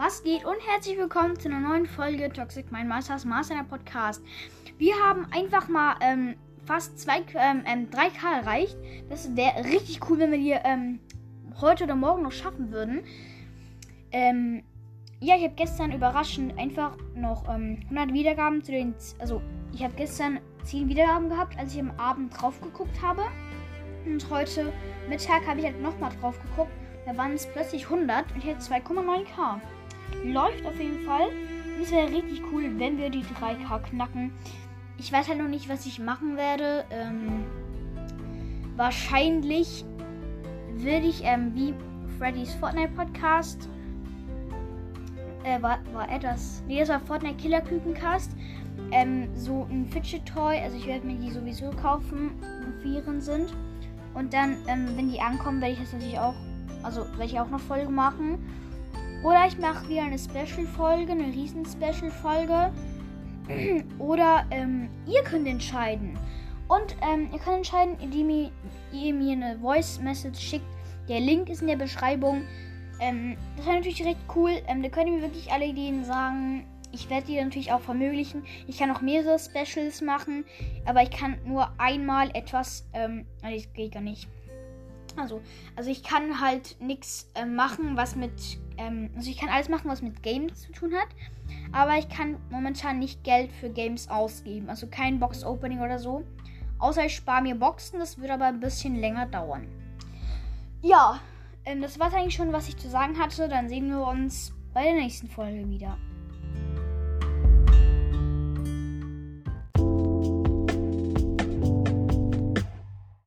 Was geht und herzlich willkommen zu einer neuen Folge Toxic Mind Masters Master Podcast. Wir haben einfach mal fast 3K erreicht. Das wäre richtig cool, wenn wir die heute oder morgen noch schaffen würden. Ich habe gestern überraschend einfach noch 100 Wiedergaben zu den... Also, ich habe gestern 10 Wiedergaben gehabt, als ich am Abend drauf geguckt habe. Und heute Mittag habe ich halt nochmal drauf geguckt. Da waren es plötzlich 100 und ich hätte 2,9K. Läuft auf jeden Fall. Und es wäre richtig cool, wenn wir die 3K knacken. Ich weiß halt noch nicht, was ich machen werde. Wahrscheinlich würde ich wie Freddy's Fortnite Podcast. War er das? Nee, das war Fortnite Killer Kükencast. So ein Fidget Toy. Also ich werde mir die sowieso kaufen, wenn Vieren sind. Und dann, wenn die ankommen, werde ich das natürlich auch, werde ich auch eine Folge machen. Oder ich mache wieder eine Special-Folge, eine Riesen-Special-Folge. Oder ihr könnt entscheiden. Und ihr könnt entscheiden, indem ihr mir eine Voice-Message schickt. Der Link ist in der Beschreibung. Das wäre natürlich recht cool. Da könnt ihr mir wirklich alle Ideen sagen. Ich werde die natürlich auch vermöglichen. Ich kann auch mehrere Specials machen. Aber ich kann nur einmal etwas... das geht gar nicht. Also ich kann halt nichts machen, was mit... ich kann alles machen, was mit Games zu tun hat. Aber ich kann momentan nicht Geld für Games ausgeben. Also kein Box-Opening oder so. Außer ich spare mir Boxen. Das wird aber ein bisschen länger dauern. Ja, das war eigentlich schon, was ich zu sagen hatte. Dann sehen wir uns bei der nächsten Folge wieder.